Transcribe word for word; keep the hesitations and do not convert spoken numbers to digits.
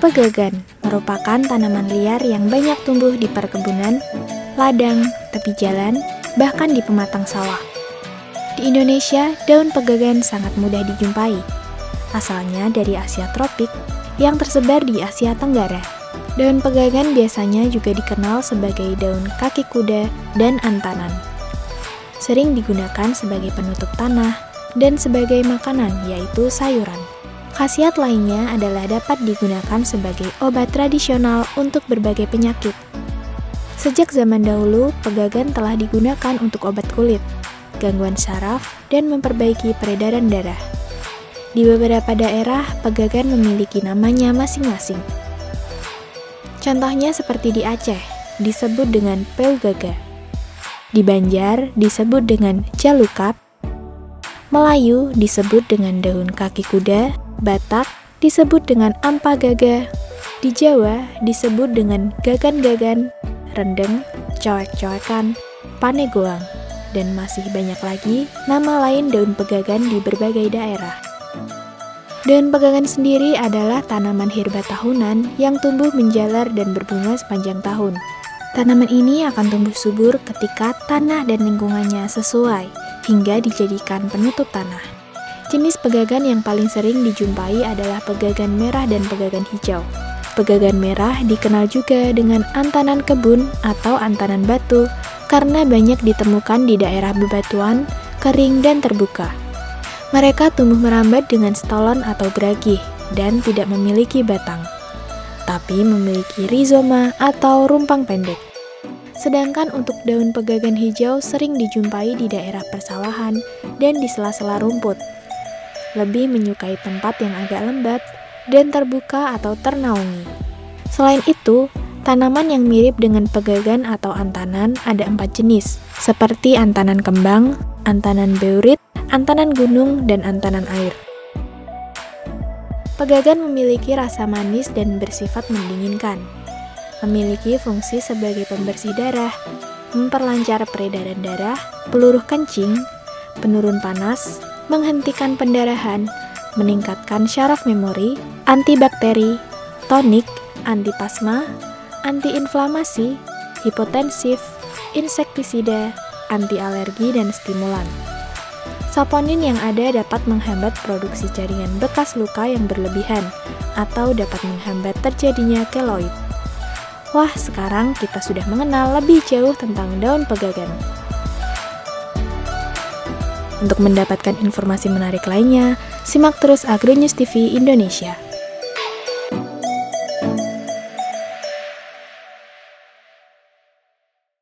Pegagan merupakan tanaman liar yang banyak tumbuh di perkebunan, ladang, tepi jalan, bahkan di pematang sawah. Di Indonesia, daun pegagan sangat mudah dijumpai. Asalnya dari Asia tropik yang tersebar di Asia Tenggara. Daun pegagan biasanya juga dikenal sebagai daun kaki kuda dan antanan. Sering digunakan sebagai penutup tanah dan sebagai makanan, yaitu sayuran. Khasiat lainnya adalah dapat digunakan sebagai obat tradisional untuk berbagai penyakit. Sejak zaman dahulu, pegagan telah digunakan untuk obat kulit, gangguan saraf, dan memperbaiki peredaran darah. Di beberapa daerah, pegagan memiliki namanya masing-masing. Contohnya seperti di Aceh, disebut dengan peugaga. Di Banjar, disebut dengan jalukap. Melayu, disebut dengan daun kaki kuda. Batak, disebut dengan ampagaga. Di Jawa, disebut dengan gagan-gagan, rendeng, coek-coekan, panegoang, dan masih banyak lagi nama lain daun pegagan di berbagai daerah. Daun pegagan sendiri adalah tanaman herba tahunan yang tumbuh menjalar dan berbunga sepanjang tahun. Tanaman ini akan tumbuh subur ketika tanah dan lingkungannya sesuai, hingga dijadikan penutup tanah. Jenis pegagan yang paling sering dijumpai adalah pegagan merah dan pegagan hijau. Pegagan merah dikenal juga dengan antanan kebun atau antanan batu karena banyak ditemukan di daerah bebatuan, kering, dan terbuka. Mereka tumbuh merambat dengan stolon atau geragih dan tidak memiliki batang, tapi memiliki rizoma atau rumpang pendek. Sedangkan untuk daun pegagan hijau sering dijumpai di daerah persawahan dan di sela-sela rumput. Lebih menyukai tempat yang agak lembab dan terbuka atau ternaungi. Selain itu, tanaman yang mirip dengan pegagan atau antanan ada empat jenis, seperti antanan kembang, antanan beurit, antanan gunung, dan antanan air. Pegagan memiliki rasa manis dan bersifat mendinginkan. Memiliki fungsi sebagai pembersih darah, memperlancar peredaran darah, peluruh kencing, penurun panas, menghentikan pendarahan, meningkatkan syaraf memori, antibakteri, tonik, antipasma, antiinflamasi, hipotensif, insektisida, anti-alergi, dan stimulan. Saponin yang ada dapat menghambat produksi jaringan bekas luka yang berlebihan atau dapat menghambat terjadinya keloid. Wah, sekarang kita sudah mengenal lebih jauh tentang daun pegagan. Untuk mendapatkan informasi menarik lainnya, simak terus Agronews T V Indonesia.